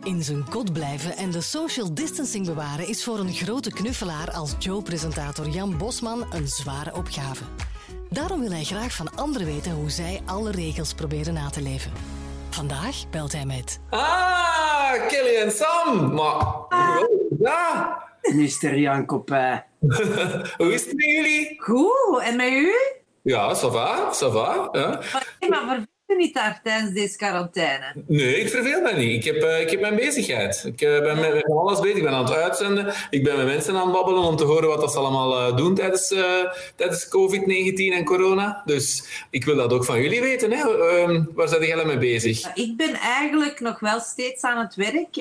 In zijn kot blijven en de social distancing bewaren is voor een grote knuffelaar als Joe-presentator Jan Bosman een zware opgave. Daarom wil hij graag van anderen weten hoe zij alle regels proberen na te leven. Vandaag belt hij met... Kelly en Sam! Maar, ja. Mr. Jan Copain. Hoe is het met jullie? Goed, en met u? Ja, ça va. Ja. Maar verveelt u niet daar tijdens deze quarantaine? Nee, ik verveel me niet. Ik heb mijn bezigheid. Ik ben met alles bezig. Ik ben aan het uitzenden. Ik ben met mensen aan het babbelen om te horen wat dat ze allemaal doen tijdens COVID-19 en corona. Dus ik wil dat ook van jullie weten. Hè. Waar zijn jullie mee bezig? Ik ben eigenlijk nog wel steeds aan het werk.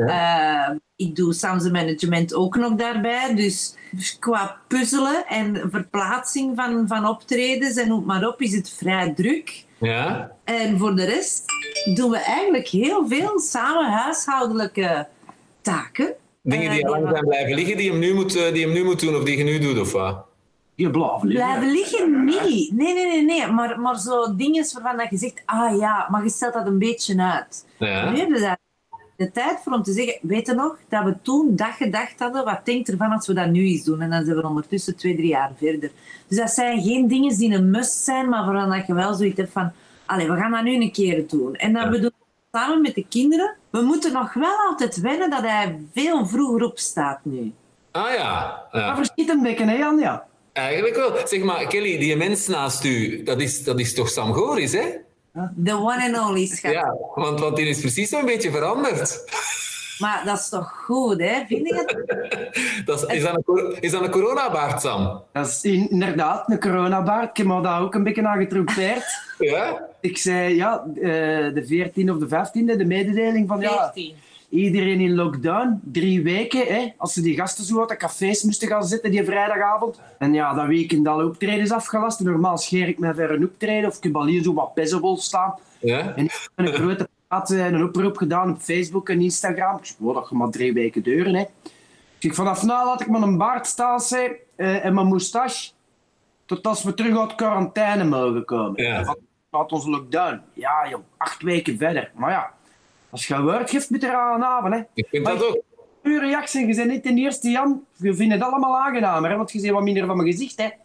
En ik doe Sam's management ook nog daarbij. Dus qua puzzelen en verplaatsing van optredens en noem maar op, is het vrij druk. Ja? En voor de rest doen we eigenlijk heel veel samen huishoudelijke taken. Dingen die al lang zijn blijven liggen, die hem nu moet doen of die je nu doet, of wat? Je blijven liggen niet. Nee. Maar zo dingen waarvan dat je zegt, maar je stelt dat een beetje uit. Ja. We hebben daar de tijd voor om te zeggen, weet je nog, dat we toen dat gedacht hadden, wat denkt ervan als we dat nu eens doen? En dan zijn we ondertussen 2-3 jaar verder. Dus dat zijn geen dingen die een must zijn, maar waarvan dat je wel zoiets hebt van, we gaan dat nu een keer doen. En dan bedoel ik samen met de kinderen, we moeten nog wel altijd wennen dat hij veel vroeger opstaat nu. Ja. Dat verschiet een beetje, hè Jan? Ja. Eigenlijk wel. Zeg maar, Kelly, die mens naast u, dat is toch Sam Goris, hè? The one and only, schat. Ja, want die is precies zo'n beetje veranderd. Maar dat is toch goed, hè? Vind je het? Is dat een coronabaard, Sam? Dat is inderdaad een coronabaard. Ik heb me daar ook een beetje aan getrompeerd. Ja? Ik zei, de 14e of de 15e, de mededeling van 14. Iedereen in lockdown, 3 weken. Hè, als ze die gasten zo uit de cafés moesten gaan zitten die vrijdagavond. En dat weekend alle optredens afgelast. Normaal scheer ik mij voor een optreden of ik heb al hier zo wat pezzelwol staan. Ja? En ik heb een grote plaat en een oproep gedaan op Facebook en Instagram. Ik zei, dat je maar 3 weken deuren. Hè. Dus vanaf nu laat ik mijn baard staan en mijn moustache. Tot als we terug uit quarantaine mogen komen. Ja. Uit onze lockdown. Ja, joh, 8 weken verder. Maar ja. Als je woord geeft, moet er aan avond. Hè. Ik vind dat ook. Uw reactie, je bent niet de eerste, Jan. Je vindt het allemaal aangenamer, hè, want je ziet wat minder van mijn gezicht. Hè.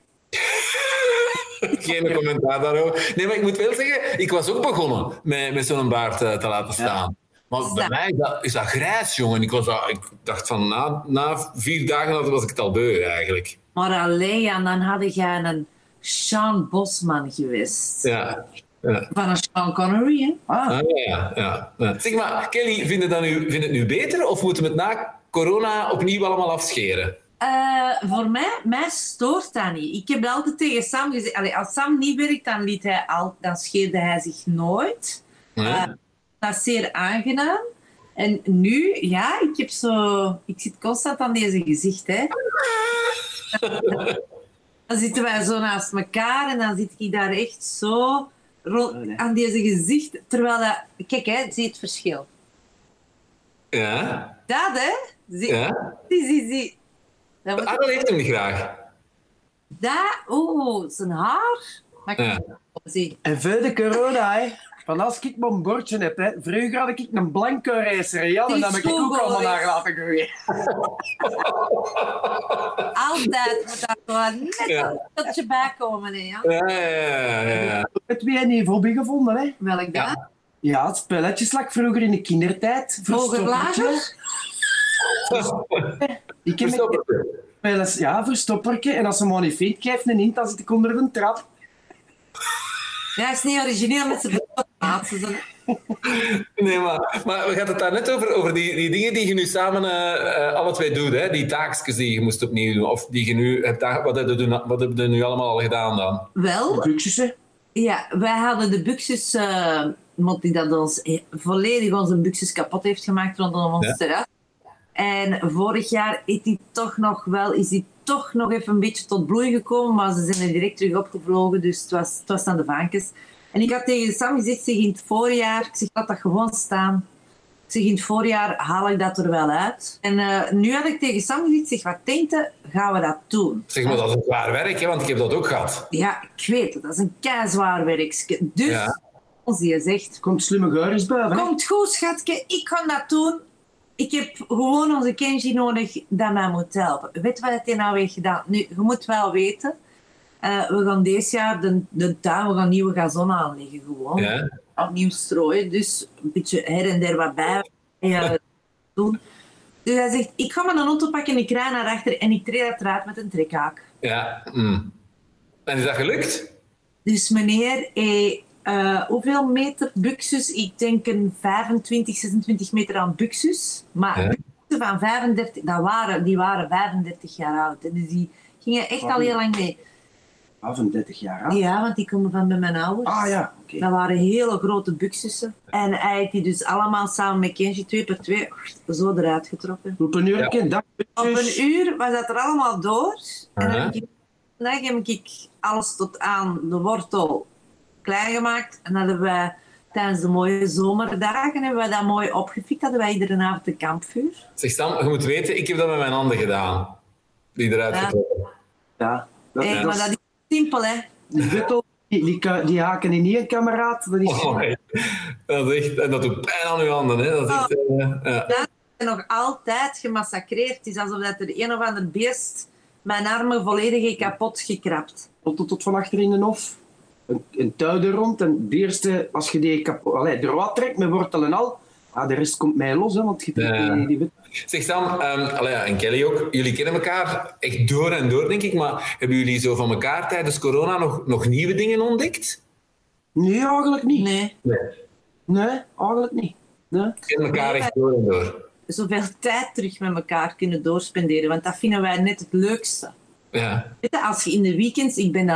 Geen commentaar daarover. Nee, maar ik moet wel zeggen, ik was ook begonnen met zo'n baard te laten staan. Maar bij mij is dat grijs, jongen. Ik dacht van, na 4 dagen was ik het al beu, eigenlijk. Maar alleen, Jan, dan had jij een Sean Bosman geweest. Ja. Van een Sean Connery, hè? Ja. Zeg maar, Kelly, vind je het nu beter of moeten we het na corona opnieuw allemaal afscheren? Voor mij stoort dat niet. Ik heb altijd tegen Sam gezegd, als Sam niet werkt, dan scheerde hij zich nooit. Dat is zeer aangenaam. En nu, ik zit constant aan deze gezicht, hè. Dan zitten wij zo naast elkaar en dan zit ik daar echt zo aan deze gezicht. Terwijl dat... Kijk, hè, zie het verschil. Ja. Dat, hè. Zie. Dat heeft hem niet graag. Zijn haar. Zie. En voor de corona, hè. Van als ik mijn bordje heb, hè. Vroeger had ik een blanco racer, Jan, en dan heb ik ook allemaal naar laten groeien. Altijd moet daar gewoon net een beetje bij komen, hè, Jan. Ja. Het weer een hobby gevonden, hè. Welk dat? Ja, het spelletjes lag vroeger in de kindertijd. Hoger-lager? Ik heb verstoppertje. En als ze maar niet vindt, geeft een hint, dan zit ik onder de trap. Ja, is niet origineel met zijn verstopplaatsen. Nee, maar we gaan het daar net over die dingen die je nu samen alle twee doet, hè? Die taakjes die je moest opnieuw doen, of die je nu hebt, wat heb je nu allemaal al gedaan dan? Wel, De buksjes, hè? Ja, wij hadden de buksjes, die dat ons volledig onze buksjes kapot heeft gemaakt rondom ons terras. En vorig jaar is die toch nog even een beetje tot bloei gekomen, maar ze zijn er direct terug opgevlogen, dus het was aan de vankjes. En ik had tegen Sam gezegd, in het voorjaar, laat dat gewoon staan. In het voorjaar haal ik dat er wel uit. En nu had ik tegen Sam gezegd, wat denkt je, gaan we dat doen? Zeg maar, dat is een zwaar werk, hè, want ik heb dat ook gehad. Ja, ik weet het, dat is een keizwaar werk. Dus Die zegt... Komt slimme geuris buiten. hè? Komt goed, schatje, ik ga dat doen. Ik heb gewoon onze Kenji nodig dat mij moet helpen. Weet je wat hij nou heeft gedaan? Nu, je moet wel weten... we gaan deze jaar de tuin, we gaan nieuwe gazon aanleggen gewoon. Ja. Opnieuw strooien, dus een beetje her en der wat bij doen. Dus hij zegt, ik ga mijn auto pakken en ik rij naar achter en ik treed dat eruit met een trekhaak. Ja. En is dat gelukt? Dus meneer, hoeveel meter buxus? Ik denk een 25, 26 meter aan buxus. Maar buxussen van 35, die waren 35 jaar oud. Hè. Dus die gingen echt al heel lang mee. 35 jaar, hè? Ja, want die komen van bij mijn ouders. Ah ja, oké. Dat waren hele grote buxussen. En hij heeft die dus allemaal samen met Kenji 2 per 2 zo eruit getrokken. Op een uur, Ja. Op een uur was dat er allemaal door. En dan heb ik alles tot aan de wortel klein gemaakt. En dan hebben we tijdens de mooie zomerdagen hebben we dat mooi opgefikt. Hadden wij iedere avond een kampvuur. Zeg Sam, je moet weten, ik heb dat met mijn handen gedaan. Die eruit Ja. getrokken. Ja. Maar dat is simpel, hè. Die guttel, die haken in niet een kameraad. Dat is... Oh, dat is echt, en dat doet pijn aan uw handen. Hè. Dat is echt, ja. Dat is nog altijd gemassacreerd. Het is alsof dat er een of ander beest mijn armen volledig heeft kapot gekrapt. Tot van achter in de hof. Een tuin er rond. En de eerste, als je die erop trekt met wortel en al, de rest komt mij los. Hè, want je die Zeg Sam, en Kelly ook, jullie kennen elkaar echt door en door, denk ik. Maar hebben jullie zo van elkaar tijdens corona nog nieuwe dingen ontdekt? Nee, eigenlijk niet. Nee. Eigenlijk niet. Nee. We kennen elkaar echt door en door. Zoveel tijd terug met elkaar kunnen doorspenderen. Want dat vinden wij net het leukste. Ja. Weet je, als je in de weekends...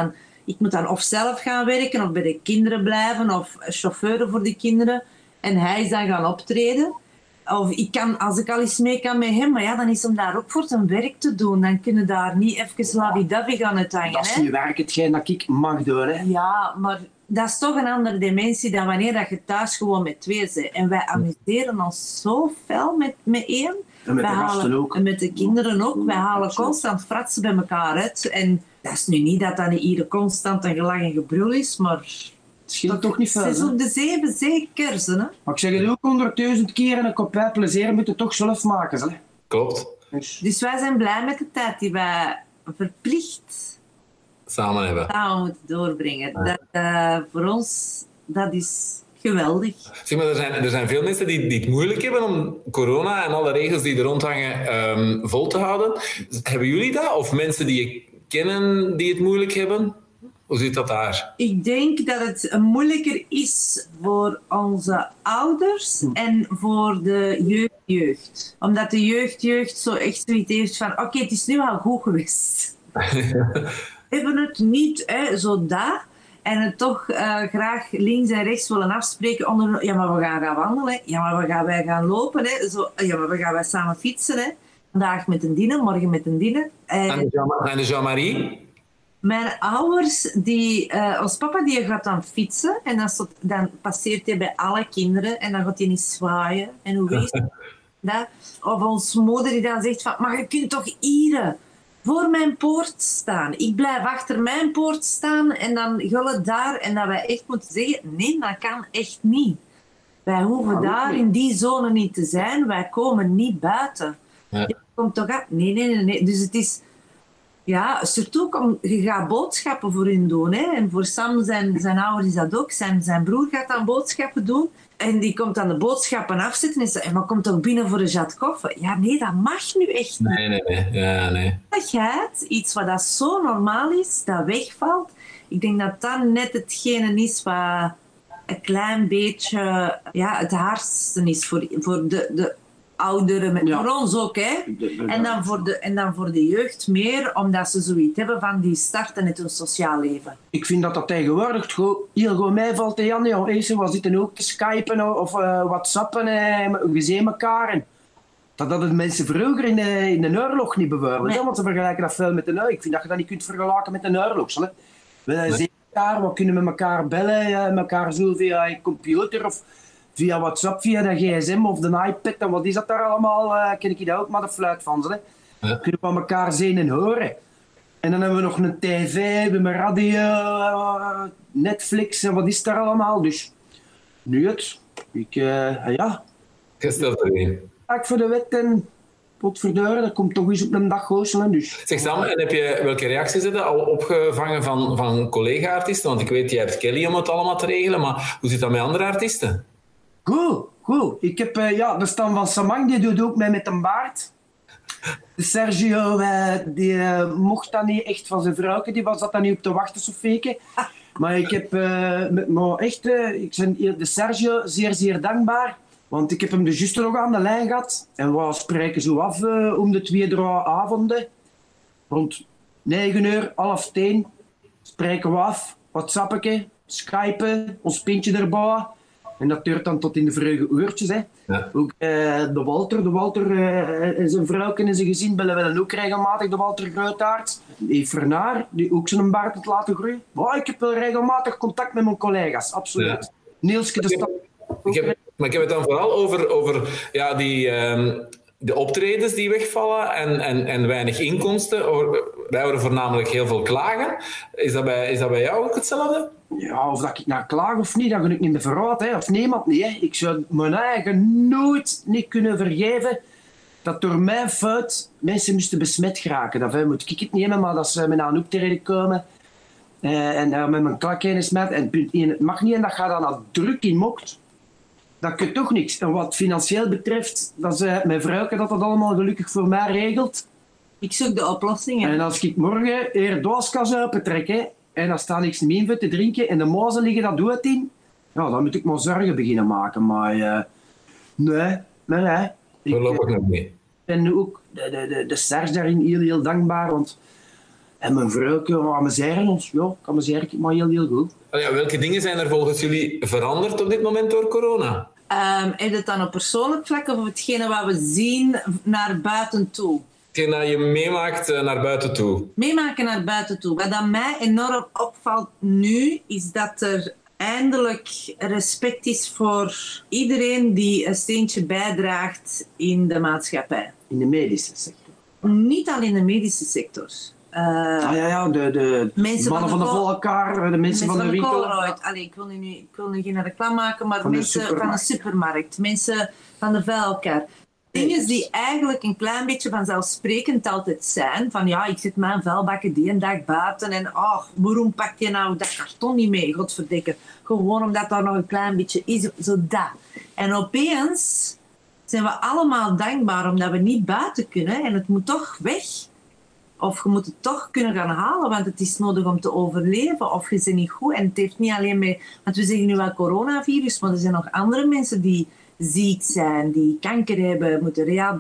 Ik moet dan of zelf gaan werken, of bij de kinderen blijven, of chauffeuren voor de kinderen. En hij is dan gaan optreden. Of als ik al eens mee kan met hem, maar ja, dan is hem daar ook voor zijn werk te doen. Dan kunnen daar niet even lavi-davi gaan uithangen. Dat is niet werk hetgeen dat ik mag doen. Hè. Ja, maar dat is toch een andere dimensie dan wanneer dat je thuis gewoon met twee bent. En wij amuseren ons zo fel met één. En met de gasten ook. En met de kinderen ook. Wij halen constant fratsen bij elkaar uit. En dat is nu niet dat dat hier constant een gelach en gebrul is, maar... Het scheelt toch niet veel. 6 op de 7 zeker, hè? Maar ik zeg het ook 100.000 keer en een kop plezier moet je toch zelf maken. Hè. Klopt. Dus wij zijn blij met de tijd die wij verplicht Samen hebben. moeten doorbrengen. Dat, voor ons, dat is geweldig. Zeg maar, er zijn veel mensen die het moeilijk hebben om corona en alle regels die er rondhangen vol te houden. Hebben jullie dat? Of mensen die je kennen die het moeilijk hebben? Hoe zit dat daar? Ik denk dat het moeilijker is voor onze ouders en voor de jeugd. Omdat de jeugd zo echt zoiets heeft van oké, het is nu al goed geweest. We hebben het niet zo daar. En het toch graag links en rechts willen afspreken onder... Ja, maar we gaan wandelen. Ja, maar wij gaan lopen. Hè. Zo, ja, maar we gaan samen fietsen. Hè. Vandaag met een dine, morgen met een dine. En de Jean-Marie? Mijn ouders, ons papa die gaat dan fietsen. En dan passeert hij bij alle kinderen. En dan gaat hij niet zwaaien. En hoe is dat? Of ons moeder die dan zegt van... Maar je kunt toch hier... voor mijn poort staan. Ik blijf achter mijn poort staan en dan gullen daar. En dat wij echt moeten zeggen, nee, dat kan echt niet. Wij hoeven daar in die zone niet te zijn. Wij komen niet buiten. Ja. Je komt toch af? Nee. Dus het is... Ja, surtout je gaat boodschappen voor hun doen. Hè. En voor Sam, zijn ouder is dat ook. Zijn broer gaat dan boodschappen doen. En die komt dan de boodschappen afzetten en zegt, maar komt toch binnen voor een jat koffie? Ja, nee, dat mag nu echt niet. Nee. Ja, nee. Iets wat dat zo normaal is, dat wegvalt. Ik denk dat dat net hetgene is wat een klein beetje het hardste is voor de ouderen. Voor ons ook, hè. En dan voor de jeugd meer, omdat ze zoiets hebben van die starten met hun sociaal leven. Ik vind dat tegenwoordig heel goed meevalt, Jan. We zitten ook te skypen of whatsappen en we zien elkaar. En dat het mensen vroeger in de oorlog niet bewaarden. Nee. Want ze vergelijken dat veel met de oorlog. Ik vind dat je dat niet kunt vergelijken met de oorlog. We zien elkaar, we kunnen met elkaar bellen, elkaar zo via een computer of via WhatsApp, via de gsm of de iPad. En wat is dat daar allemaal? Ken ik dat ook maar de fluit van ze. Ja. Kunnen we elkaar zien en horen. En dan hebben we nog een tv, we hebben een radio, Netflix en wat is daar allemaal. Dus Nu het. Ja. Je stelt er één. Ik voor de wet en potverdorie, dat komt toch eens op een dag goochelen. Dus. Zeg Sam, en welke reacties heb je al opgevangen van collega-artiesten? Want ik weet, je hebt Kelly om het allemaal te regelen, maar hoe zit dat met andere artiesten? Goed. Ik heb, de Stan van Samang, die doet ook mee met een baard. De Sergio, die mocht dat niet echt van zijn vrouwke, die zat daar niet op te wachten, zo fake. Maar ik heb ik ben de Sergio zeer, zeer dankbaar. Want ik heb hem de juiste nog aan de lijn gehad. En we spreken zo af om de 2-3 avonden. Rond 9 uur, 9:30 spreken we af. WhatsAppetje, Skypen, ons pintje erbij. En dat duurt dan tot in de vroege uurtjes. Hè. Ja. Ook de Walter en zijn vrouw en zijn gezin bellen we dan ook regelmatig, de Walter Gruitaert. Eve Vernaar, die ook zijn baard het laten groeien. Maar ik heb wel regelmatig contact met mijn collega's, absoluut. Ja. Nielske de Stad. Maar ik heb het dan vooral over de optredens die wegvallen en weinig inkomsten. Wij horen voornamelijk heel veel klagen. Is dat bij jou ook hetzelfde? Ja, of dat ik nou klaag of niet, dat kan ik niet meer verraden. Of niemand niet. Hè. Ik zou mijn eigen nooit niet kunnen vergeven dat door mijn fout mensen moesten besmet geraken. Dat moet ik het nemen, maar dat ze met een optreden komen en daar met mijn klak heen smet. En punt 1, het mag niet en dat gaat dan al druk in mokt. Dat kun je toch niks. En wat financieel betreft, dat is mijn vrouwke dat allemaal gelukkig voor mij regelt. Ik zoek de oplossingen. En als ik morgen hier dooskas opentrekken en dan staat niks meer voor te drinken en de mozen liggen dat doet in, ja, dan moet ik maar zorgen beginnen maken. Maar nee. Voorlopig nog niet. En ook de Serge daarin heel dankbaar, want en mijn vrouwke, amuseren ons, ja, ik amuseer ik maar heel goed. Welke dingen zijn er volgens jullie veranderd op dit moment door corona? Is het dan op persoonlijk vlak of hetgene wat we zien naar buiten toe? Hetgeen dat je meemaakt naar buiten toe. Meemaken naar buiten toe. Wat aan mij enorm opvalt nu, is dat er eindelijk respect is voor iedereen die een steentje bijdraagt in de maatschappij. In de medische sector? Niet al in de medische sector. De mannen van de Volkaar, de mensen van de winkel. Ik wil nu geen reclame maken, maar mensen van de supermarkt, mensen van de vuilkar. Dingen die eigenlijk een klein beetje vanzelfsprekend altijd zijn. Van ja, ik zet mijn vuilbakken die een dag buiten en waarom pak je nou dat karton niet mee, godverdikke. Gewoon omdat daar nog een klein beetje is, zo dat. En opeens zijn we allemaal dankbaar omdat we niet buiten kunnen en het moet toch weg. Of je moet het toch kunnen gaan halen, want het is nodig om te overleven. Of je bent niet goed. En het heeft niet alleen mee... Want we zeggen nu wel coronavirus, maar er zijn nog andere mensen die ziek zijn, die kanker hebben, moeten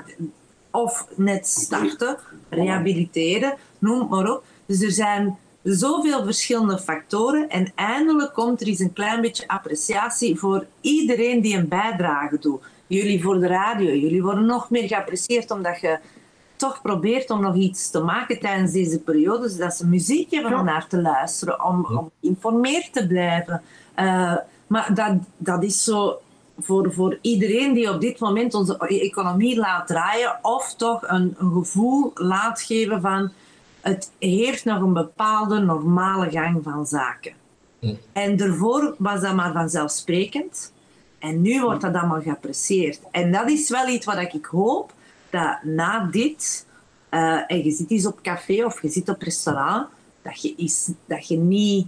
of net starten, rehabiliteren, noem het maar op. Dus er zijn zoveel verschillende factoren en eindelijk komt er eens een klein beetje appreciatie voor iedereen die een bijdrage doet. Jullie voor de radio, jullie worden nog meer geapprecieerd omdat je toch probeert om nog iets te maken tijdens deze periode, zodat ze muziek hebben om naar te luisteren, om geïnformeerd te blijven. Maar dat is zo voor iedereen die op dit moment onze economie laat draaien, of toch een gevoel laat geven van het heeft nog een bepaalde normale gang van zaken. En daarvoor was dat maar vanzelfsprekend. En nu wordt dat allemaal geapprecieerd. En dat is wel iets wat ik hoop, dat na dit, en je zit eens op café of je zit op restaurant, dat je niet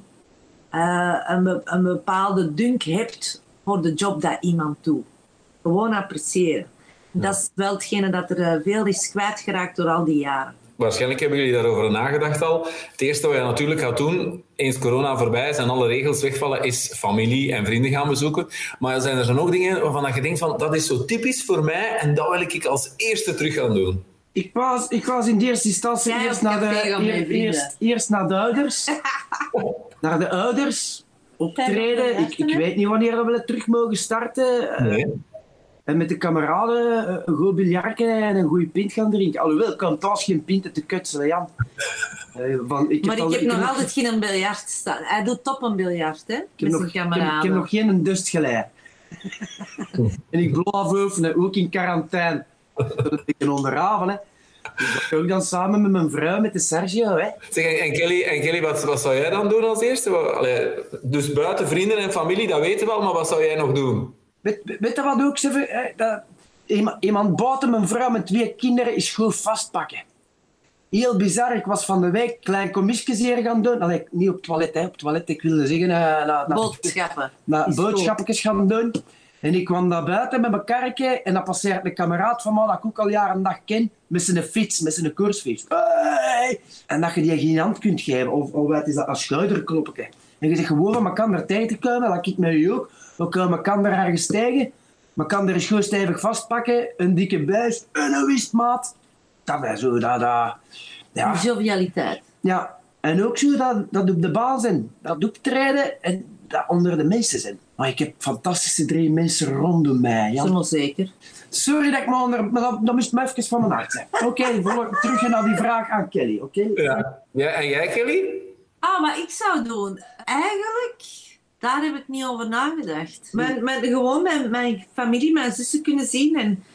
een bepaalde dunk hebt voor de job dat iemand doet. Gewoon appreciëren. Dat is wel hetgene dat er veel is kwijtgeraakt door al die jaren. Waarschijnlijk hebben jullie daarover nagedacht al. Het eerste wat je natuurlijk gaat doen, eens corona voorbij is en alle regels wegvallen, is familie en vrienden gaan bezoeken. Maar zijn er dan ook dingen waarvan je denkt van, dat is zo typisch voor mij en dat wil ik als eerste terug gaan doen? Ik was in de eerste instantie eerst naar de ouders. Naar de ouders optreden. Ik weet niet wanneer we terug mogen starten. Nee. En met de kameraden een goed biljartje en een goede pint gaan drinken. Alhoewel, ik kan thuis geen pinten te kutselen, Jan. Ik heb nog altijd geen biljart staan. Hij doet top een biljart, hè? Met zijn kameraden. Ik heb nog geen dustgelei. En ik blijf oefenen, ook in quarantaine. Dat ik een onderhaven, hè. Dus dat ook dan samen met mijn vrouw, met de Sergio. Hè. Zeg, en Kelly, wat zou jij dan doen als eerste? Dus buiten vrienden en familie, dat weten we al, maar wat zou jij nog doen? Weet je wat ook? Iemand buiten mijn vrouw met 2 kinderen is gewoon vastpakken. Heel bizar. Ik was van de week klein commissies hier gaan doen. Allee, niet op het toilet, hè. Op het toilet, ik wilde zeggen... Boodschappen. Boodschappetjes gaan doen. En ik kwam daar buiten met mijn karretje en dan passeert een kameraad van mij dat ik ook al jaren en dag ken, met zijn fiets, met zijn koersfiets. Hey! En dat je die geen hand kunt geven, of wat is dat, een schouderklopje. En je zegt gewoon van, maar kan er tegen te komen, dat ik met u ook. Maar kan er ergens tegen, maar kan er eens gewoon stevig vastpakken, een dikke buis, een wistmaat. Dat is zo, ja. Jovialiteit. Ja, en ook zo dat op de baan zijn, dat optreden en dat onder de mensen zijn. Maar ik heb fantastische 3 mensen rondom mij. Ja. Zo zeker. Sorry dat ik me onder... Maar dat moest me even van mijn hart zijn. Oké, terug naar die vraag aan Kelly. Oké? Ja, en jij, Kelly? Wat ik zou doen? Eigenlijk, daar heb ik niet over nagedacht. Gewoon mijn familie, mijn zussen kunnen zien en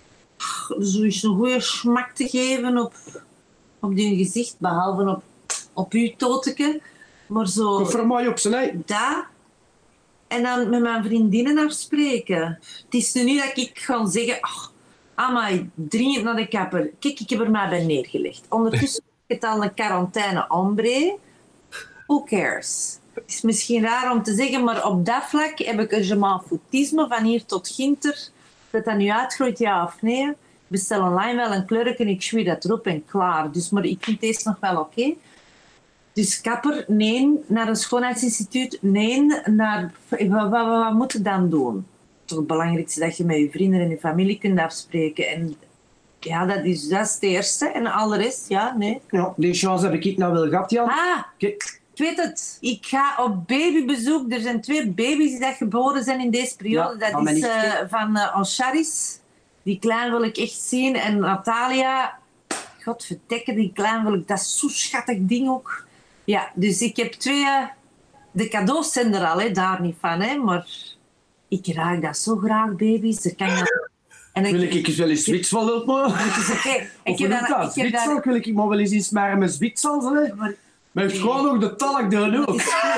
zo eens een goede smak te geven op die gezicht, behalve op uw toteke. Maar zo... Koffer mooi op zijn ei. Dat. En dan met mijn vriendinnen afspreken. Het is nu niet dat ik ga zeggen... Amai, dringend naar de kapper. Kijk, ik heb er maar bij neergelegd. Ondertussen heb ik het al een quarantaine ombre. Who cares? Het is misschien raar om te zeggen, maar op dat vlak heb ik een je m'en foutisme van hier tot ginter. Dat nu uitgroeit, ja of nee. Ik bestel online wel een kleurken, ik schwee dat erop en klaar. Dus, maar ik vind deze nog wel oké. Dus kapper, nee. Naar een schoonheidsinstituut, nee. Wat moet je dan doen? Het belangrijkste dat je met je vrienden en je familie kunt afspreken. En ja, dat is het eerste. En al de rest, ja, nee. Ja, die chance heb ik nou wel gehad, Jan. Ik weet het. Ik ga op babybezoek. Er zijn 2 baby's die geboren zijn in deze periode. Ja, dat is van Anscharis. Die klein wil ik echt zien. En Natalia, godverdekke, die klein wil ik. Dat is zo'n schattig ding ook. Ja, dus ik heb 2... De cadeaus zijn er al, hè, daar niet van. Hè, maar ik raak dat zo graag, baby's. Daar kan je... Wil ik eens wel eens Zwitsal op, man? Ik heb Zwitsal wil ik maar wel eens iets maar met Zwitsal, hè? Maar heeft gewoon nog de talk daar ook.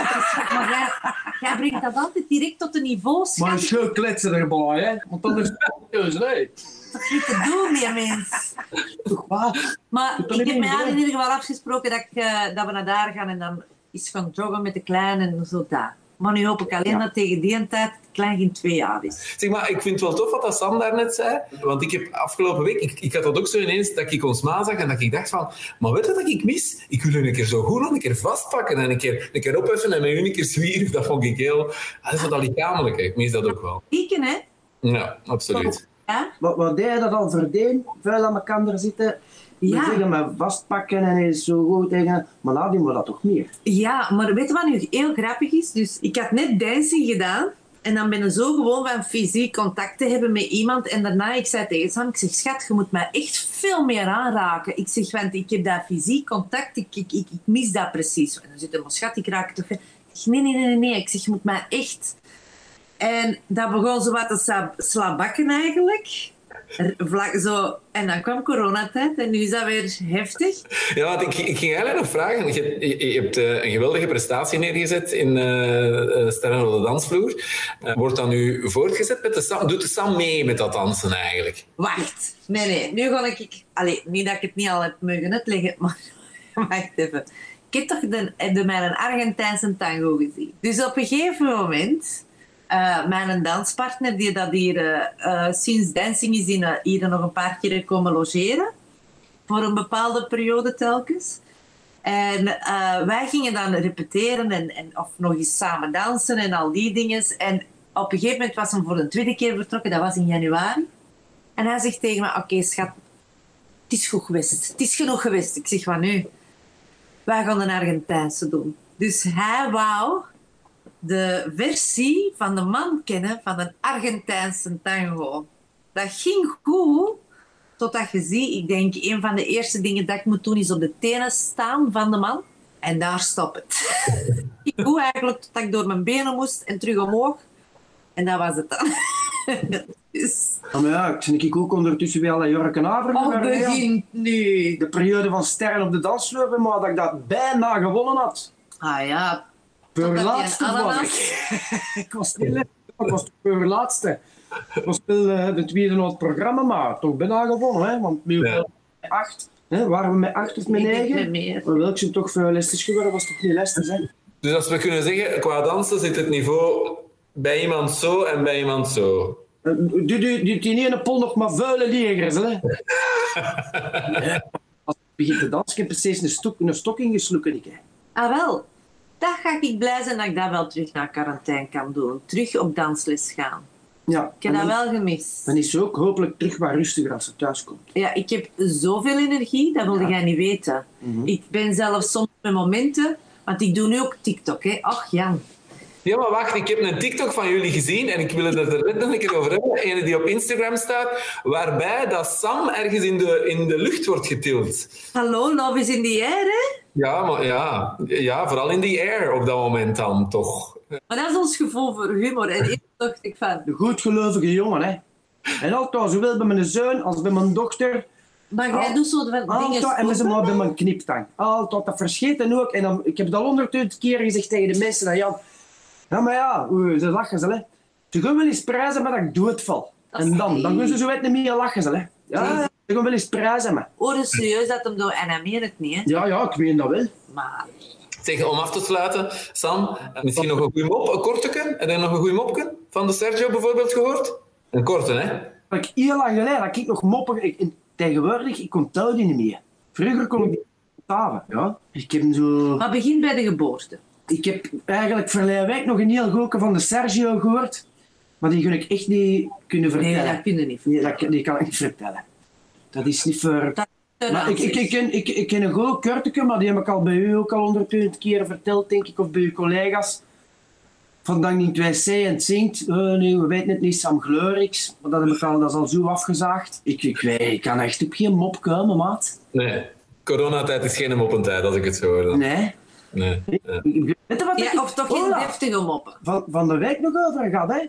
Maar jij brengt dat altijd direct tot een niveau, schat. Maar een schil kletsen erbij, hè? Want dan is het dus, nee. Dat is niet te doen, die mens. Toch waar? Maar ik heb met haar in ieder geval afgesproken dat we naar daar gaan en dan is gaan joggen met de kleine en zo daar. Maar nu hoop ik alleen dat tegen die tijd het klein geen 2 jaar is. Zeg maar, ik vind het wel tof wat Sam daarnet zei. Want ik heb afgelopen week... Ik had dat ook zo ineens, dat ik ons ma zag en dat ik dacht van... Maar weet je wat ik mis? Ik wil een keer zo goed een keer vastpakken en een keer opheffen en met u een keer zwieren. Dat vond ik heel... Dat is dat lichamelijke. Ik mis dat ook wel. Pieken, hè? Ja, absoluut. Ja? Wat deed je dat al verdeen? Vuil aan elkaar zitten... Ja. We zeggen maar vastpakken en hij is zo goed tegen... Maar nou doen we dat toch meer? Ja, maar weet je wat nu heel grappig is? Dus ik had net dancing gedaan. En dan ben je zo gewoon van fysiek contact te hebben met iemand. En daarna, ik zei tegen Sam, ik zeg, schat, je moet mij echt veel meer aanraken. Ik zeg, want ik heb dat fysiek contact, ik mis dat precies. En dan zit hij, maar schat, ik raak het toch... Ik zeg, nee. Ik zeg, je moet mij echt... En dat begon zo wat te slabakken eigenlijk. Vlak zo. En dan kwam coronatijd en nu is dat weer heftig. Ja, want ik ging eigenlijk nog vragen. Je hebt een geweldige prestatie neergezet in Sterren op de dansvloer. Wordt dat nu voortgezet met de Sam? Doet de Sam mee met dat dansen eigenlijk? Wacht. Nee. Nu ga ik... Allee, niet dat ik het niet al heb mogen uitleggen, maar... Wacht even. Ik heb toch mijn Argentijnse tango gezien. Dus op een gegeven moment... mijn danspartner, die dat hier sinds dancing is, hier nog een paar keer komen logeren. Voor een bepaalde periode telkens. En wij gingen dan repeteren of nog eens samen dansen en al die dingen. En op een gegeven moment was hij voor de 2e keer vertrokken. Dat was in januari. En hij zegt tegen me, oké, schat, het is goed geweest. Het is genoeg geweest. Ik zeg, wat nu? Wij gaan een Argentijnse doen. Dus hij wou... de versie van de man kennen van een Argentijnse tango. Dat ging goed, totdat je ziet, ik denk, een van de eerste dingen dat ik moet doen is op de tenen staan van de man. En daar stopt het. Ik eigenlijk totdat ik door mijn benen moest en terug omhoog. En dat was het dan. Dus... Ja, maar ja, ik ook ondertussen bij alle jurken aan. Oh, begint nu. De periode van sterren op de dansvloer, maar dat ik dat bijna gewonnen had. Ah ja. Voor Totdat laatste die een was ananas- ik. Ik was niet leuk, ik was voor laatste. Ik was wel de tweede uit het programma, maar toch bijna gewonnen. Hè? Want met Ja. 8, hè? Waren we met 8 of met Ik denk 9? met meer. Maar welk zijn toch veel lestes geworden, was toch niet lestes, hè? Dus als we kunnen zeggen, qua dansen zit het niveau bij iemand zo en bij iemand zo. Die ene pol nog maar vuile legers, hè? Ja. Als ik begin te dansen, ik heb precies een stok ingeslokken. Hè. Ah wel, dat ga ik blij zijn dat ik dat wel terug naar quarantaine kan doen. Terug op dansles gaan. Ja, Ik heb dat wel gemist. Dan is ze ook hopelijk terug wat rustiger als ze thuis komt. Ja, ik heb zoveel energie, dat wilde jij niet weten. Ik ben zelfs soms met momenten, want ik doe nu ook TikTok, hè. Ach Jan. Ja, maar wacht, ik heb een TikTok van jullie gezien en ik wil het er net nog een keer over hebben. Ene die op Instagram staat, waarbij dat Sam ergens in de lucht wordt getild. Hallo, love is in the air, hè? Ja, maar ja, vooral in the air op dat moment dan toch. Maar dat is ons gevoel voor humor. En eerst dacht ik van, De goedgelovige jongen, hè. En altijd, zowel bij mijn zoon als bij mijn dochter. maar jij doet zo van dingen Altijd hebben ze stoppen. maar bij mijn kniptang. Altijd, dat verscheten ook. En dan, ik heb het al 100 keer gezegd tegen de mensen, dat Jan... Ja, maar ja, ze lachen ze, hè. Ze gaan wel eens prijzen, maar dat ik doodval. Dat is En dan gaan ze zo uit niet meer lachen, ze, hè. Ja, ze gaan wel eens prijzen, maar... Oh, dus serieus dat hem door en hij meent het niet, hè? Ja, ik weet dat wel. Maar... Zeg, om af te sluiten, Sam, misschien nog een goede mop, een korteke? Heb je nog een goede mopje van de Sergio bijvoorbeeld gehoord? Een korte, hè? Dat ik heel lang geleden, dat ik nog moppen... Tegenwoordig, ik onthoud die niet meer. Vroeger kon ik die onthouden, ja. Ik heb zo... Maar begin bij de geboorte. Ik heb eigenlijk verleden week nog een heel goeie van de Sergio gehoord. Maar die ga ik echt niet kunnen vertellen. Nee, dat kun je niet. Nee, die kan ik niet vertellen. Dat is niet voor... Maar ik ken een goed kurteke, maar die heb ik al bij u ook al 120 keer verteld, denk ik, of bij uw collega's. Van dat ik in het wc en het zingt. Nee, we weten het niet, Sam Glorix. Maar dat is al zo afgezaagd. Ik kan echt op geen mop komen, maat. Nee. Coronatijd is geen moppentijd, als ik het zo hoor. Dan. Nee. Nee. Weet je wat Ja, of toch geen deftige moppen. van de week nog over gehad, hè?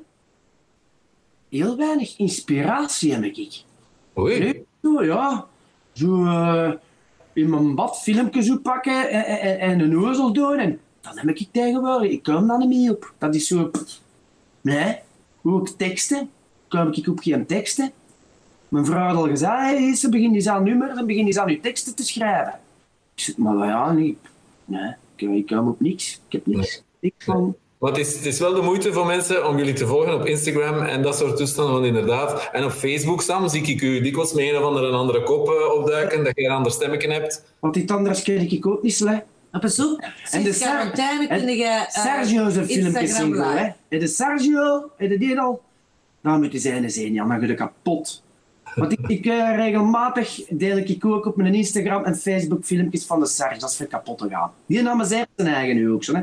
Heel weinig inspiratie heb ik. Oei. Nee, zo, ja. Zo in mijn bad filmpjes zo pakken en een ozel doen. En dat heb ik tegenwoordig. Ik kom daar niet mee op. Dat is zo... Nee. Ook teksten. Kom ik op geen teksten. Mijn vrouw had al gezegd, hey, ze begint eens aan nummers en begint eens aan uw teksten te schrijven. Ik zeg, maar ja, niet. Nee, ik kom op niks. Ik heb niks. Niks van... Maar het is wel de moeite voor mensen om jullie te volgen op Instagram en dat soort toestanden, want inderdaad. En op Facebook, Sam, zie ik u dikwijls met een of andere kop opduiken, dat je een ander stemmetje hebt. Want iets anders ken ik ook niet slecht. Op bezoek. En de Sinds quarantaine kun je Sergio zijn filmpjes Instagram zien, hè? live. En de Sergio, en de die al, dan moet hij zijn, ja, dan ga je kapot. Want ik regelmatig deel ik ook op mijn Instagram en Facebook filmpjes van de Sergio, dat is voor kapot te gaan. Die namen zijn eigen nu ook zo, hè?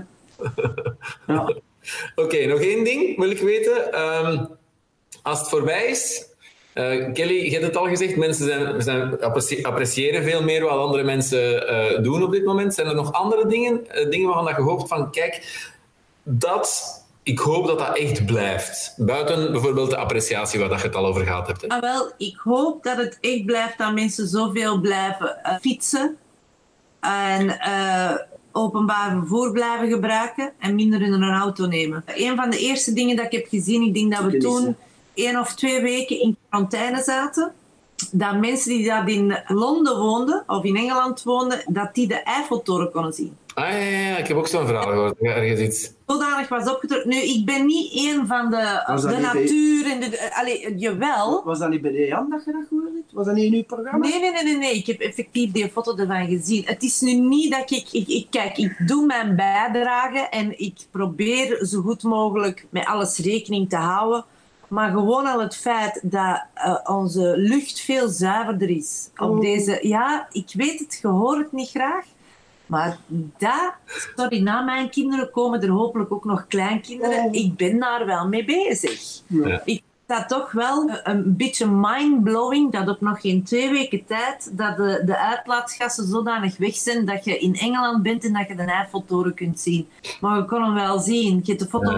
Ja. Oké, nog één ding wil ik weten. Als het voorbij is, Kelly, je hebt het al gezegd, mensen appreciëren veel meer wat andere mensen doen op dit moment. Zijn er nog andere dingen waarvan dat je hoopt van, kijk, ik hoop dat dat echt blijft. Buiten bijvoorbeeld de appreciatie waar je het al over gehad hebt. Hè? Ah, wel, ik hoop dat het echt blijft dat mensen zoveel blijven fietsen en openbaar vervoer blijven gebruiken en minder in een auto nemen. Een van de eerste dingen dat ik heb gezien, ik denk dat we toen 1 of 2 weken in quarantaine zaten, dat mensen die dat in Londen woonden of in Engeland woonden, dat die de Eiffeltoren konden zien. Ja, ik heb ook zo'n verhaal gehoord. Ergens iets. Zodanig was opgetrokken. Nu, ik ben niet een van de natuur en jawel. Was dat niet bij de Jan dat je dat gehoord hebt? Was dat niet in uw programma? Nee. Ik heb effectief die foto ervan gezien. Het is nu niet dat ik doe mijn bijdrage en ik probeer zo goed mogelijk met alles rekening te houden. Maar gewoon al het feit dat onze lucht veel zuiverder is. Op deze, ja, ik weet het, je hoort het niet graag. Maar na mijn kinderen komen er hopelijk ook nog kleinkinderen. Ik ben daar wel mee bezig. Ja. Ik dat toch wel een beetje mind-blowing dat op nog geen 2 weken tijd dat de uitlaatgassen zodanig weg zijn dat je in Engeland bent en dat je de Eiffeltoren kunt zien. Maar we kunnen wel zien. Je hebt de foto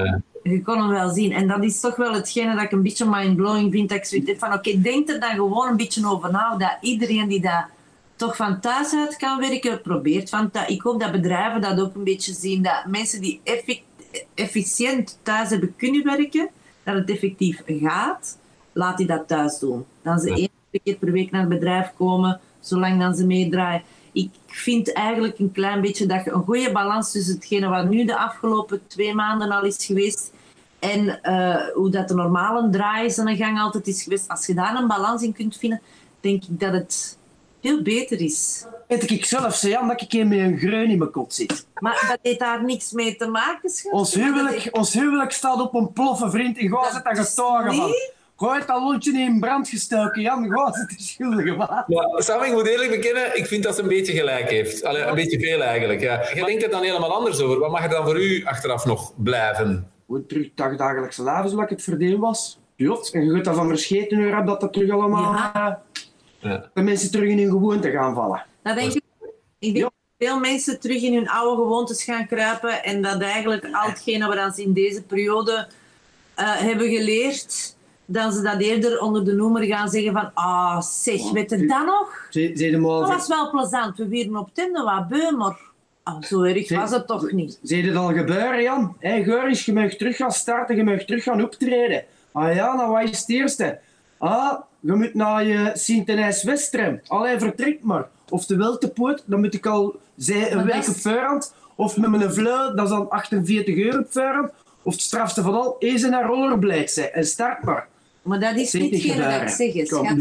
Je kon hem wel zien. En dat is toch wel hetgene dat ik een beetje mind-blowing vind. Dat ik zoiets heb van, oké, denk er dan gewoon een beetje over na. Dat iedereen die dat toch van thuis uit kan werken, probeert van thuis. Ik hoop dat bedrijven dat ook een beetje zien. Dat mensen die efficiënt thuis hebben kunnen werken, dat het effectief gaat, laat die dat thuis doen. Dan ze 1 keer per week naar het bedrijf komen, zolang dan ze meedraaien. Ik vind eigenlijk een klein beetje dat je een goede balans tussen hetgene wat nu de afgelopen 2 maanden al is geweest en hoe dat de normale draai zijn gang altijd is geweest. Als je daar een balans in kunt vinden, denk ik dat het veel beter is. Weet ik zelf, Jan, dat ik hier met een greun in mijn kot zit. Maar dat heeft daar niks mee te maken, schat. Ons huwelijk staat op een ploffe, vriend. En gewoon zit daar gestogen van. Gooi het dat lontje in brand gestoken, Jan. Gewoon zit er schuldig van. Ja, Sam, ik moet eerlijk bekennen, ik vind dat ze een beetje gelijk heeft. Allee, een beetje veel eigenlijk, ja. Je denkt er dan helemaal anders over. Wat mag er dan voor u achteraf nog blijven? Hoe terug het dagelijkse leven, zoals ik het verdeel was. Jot. En je gaat daarvan verscheten uur dat dat terug allemaal... Ja. De mensen terug in hun gewoonte gaan vallen. Dat denk ik. Ik denk dat veel mensen terug in hun oude gewoontes gaan kruipen en dat eigenlijk al hetgene wat ze in deze periode hebben geleerd, dat ze dat eerder onder de noemer gaan zeggen van zeg, weet je dat nog? Dat was wel plezant. We werden op Tende wat beu, maar zo erg was het toch niet. Zie je het al gebeuren, Jan? Hey, Geuris, je mag terug gaan starten, je mag terug gaan optreden. Ja, nou wat is het eerste? Je moet naar je Sint-Denijs-Westrem. Allee, vertrek maar. Of de Weltepoort, dan moet ik al een week op voorhand. Of met mijn vleuel, dat is dan 48 euro op voorhand. Of het strafste van al, eens naar rollerblades en start maar. Maar dat is niet geen dat ik zeg,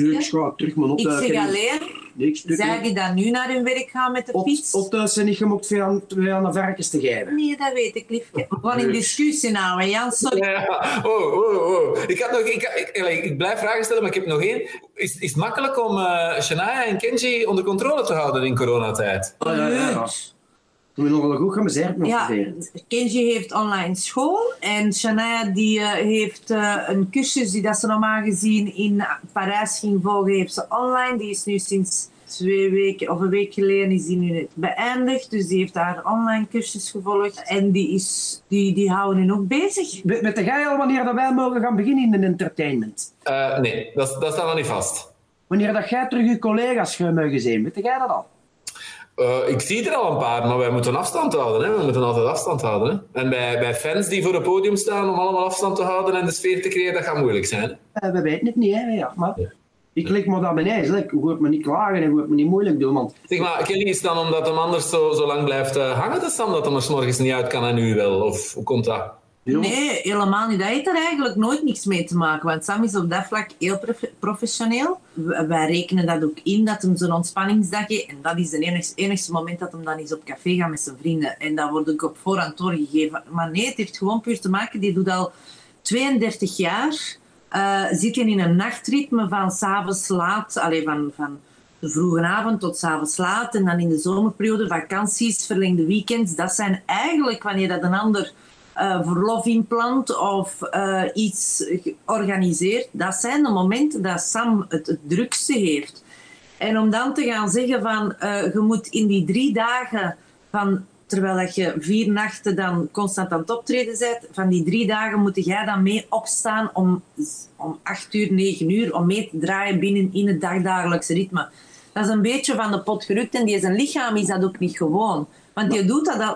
Ik zeg alleen, zij die dan nu naar hun werk gaan met de fiets... Op thuis zijn niet gemokt weer aan de varkens te geven. Nee, dat weet ik, liefje. We gaan in discussie nou, Jan, sorry. Ja. Ik blijf vragen stellen, maar ik heb nog één. Is het makkelijk om Shania en Kenji onder controle te houden in coronatijd? Ja. Toen we nog wel goed gaan bezerken. Ja, Kenji heeft online school en Shania die heeft een cursus die dat ze normaal gezien in Parijs ging volgen, heeft ze online. Die is nu sinds 2 weken of een week geleden is die nu net beëindigd, dus die heeft haar online cursus gevolgd en die houden hen ook bezig. Weet jij al wanneer dat wij mogen gaan beginnen in de entertainment? Nee, dat staat nog niet vast. Wanneer dat jij terug je collega's gaat mogen zien, weet jij dat al? Ik zie er al een paar, maar wij moeten afstand houden. Hè? We moeten altijd afstand houden. Hè? En bij fans die voor het podium staan om allemaal afstand te houden en de sfeer te creëren, dat gaat moeilijk zijn. Hè? We weten het niet, hè? Ja, maar ik lig maar daar beneden. Ik hoor me niet klagen en hoor me niet moeilijk doen. Want... Zeg maar, Kelly, is het dan omdat hem anders zo lang blijft hangen, dat Sam, dat hem er 's morgens niet uit kan en nu wel? Of hoe komt dat? Nee, helemaal niet. Dat heeft er eigenlijk nooit niks mee te maken. Want Sam is op dat vlak heel professioneel. Wij rekenen dat ook in, dat hem zijn ontspanningsdag heeft. En dat is het enigste moment dat hem dan eens op café gaat met zijn vrienden. En dat wordt ook op voorhand doorgegeven. Maar nee, het heeft gewoon puur te maken. Die doet al 32 jaar. Zit hij in een nachtritme van 's avonds laat. Van de vroege avond tot 's avonds laat. En dan in de zomerperiode, vakanties, verlengde weekends. Dat zijn eigenlijk wanneer dat een ander... verlof inplant of iets organiseert, dat zijn de momenten dat Sam het drukste heeft. En om dan te gaan zeggen van je moet in die 3 dagen van terwijl dat je 4 nachten dan constant aan het optreden bent, van die 3 dagen moet jij dan mee opstaan om 8 uur, 9 uur, om mee te draaien binnen in het dagdagelijkse ritme. Dat is een beetje van de pot gerukt en die zijn lichaam is dat ook niet gewoon. Want die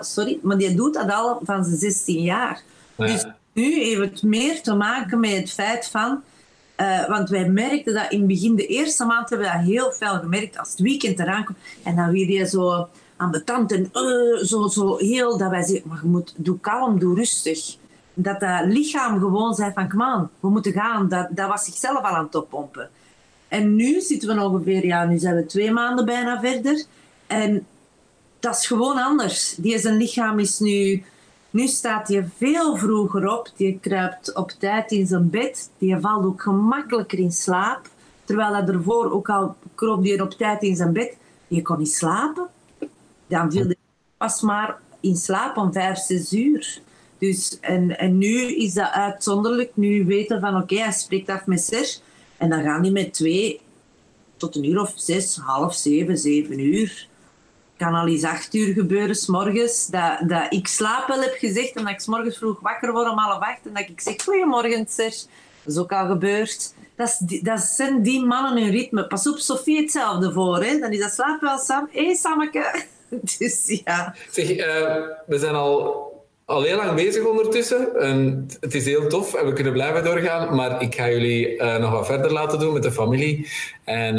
doet dat al van zijn 16 jaar. Ja. Dus nu heeft het meer te maken met het feit van... want wij merkten dat in het begin, de eerste maand hebben we dat heel veel gemerkt. Als het weekend eraan komt en dan weer je zo ambetant en zo heel... Dat wij zeggen, maar doe kalm, doe rustig. Dat lichaam gewoon zei van, come on, we moeten gaan. Dat was zichzelf al aan het oppompen. En nu zitten we ongeveer... nu zijn we 2 maanden bijna verder. En... dat is gewoon anders. Zijn lichaam is nu... Nu staat hij veel vroeger op. Die kruipt op tijd in zijn bed. Die valt ook gemakkelijker in slaap. Terwijl hij ervoor ook al kroop die op tijd in zijn bed. Die kon niet slapen. Dan viel hij pas maar in slaap om 5, 6 uur. Dus, en nu is dat uitzonderlijk. Nu weten van oké, hij spreekt af met Serge. En dan gaan die met 2 tot 1 uur of 6, half 7, 7 uur... kan al eens 8 uur gebeuren, 's morgens, dat ik slaap wel heb gezegd en dat ik 's morgens vroeg wakker word om 7:30 en dat ik zeg, goeiemorgen Serge. Dat is ook al gebeurd. Dat zijn die mannen hun ritme. Pas op, Sophie hetzelfde voor, hè. Dan is dat slaap wel Sam. Hé, Sammeke. Dus ja. Zeg, we zijn al heel lang bezig ondertussen. En het is heel tof en we kunnen blijven doorgaan. Maar ik ga jullie nog wat verder laten doen met de familie. En...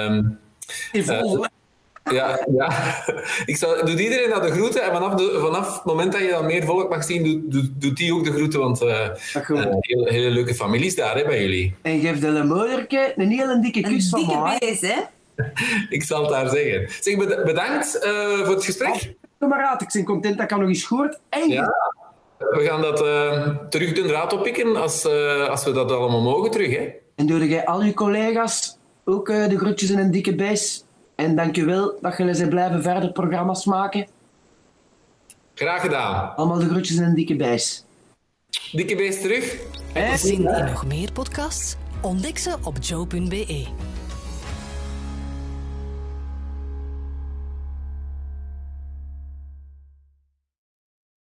Ja. Doet iedereen dat de groeten en vanaf het moment dat je dan meer volk mag zien, doet die ook de groeten, want hele leuke families daar, hè, bij jullie. En geef de moederke een hele dikke kus van mij. Een dikke bees, hè? Ik zal het daar zeggen. Zeg, bedankt voor het gesprek. Kameraad, ik ben content dat ik al nog eens gehoord. Ja, we gaan dat terug de draad oppikken als we dat allemaal mogen terug, hè. En doe jij al je collega's ook de groetjes en een dikke bees. En dankjewel dat jullie zijn blijven verder programma's maken. Graag gedaan. Allemaal de groetjes en een dikke bijs. Dikke beest terug. Zin in nog meer podcasts? Ontdek ze op joe.be.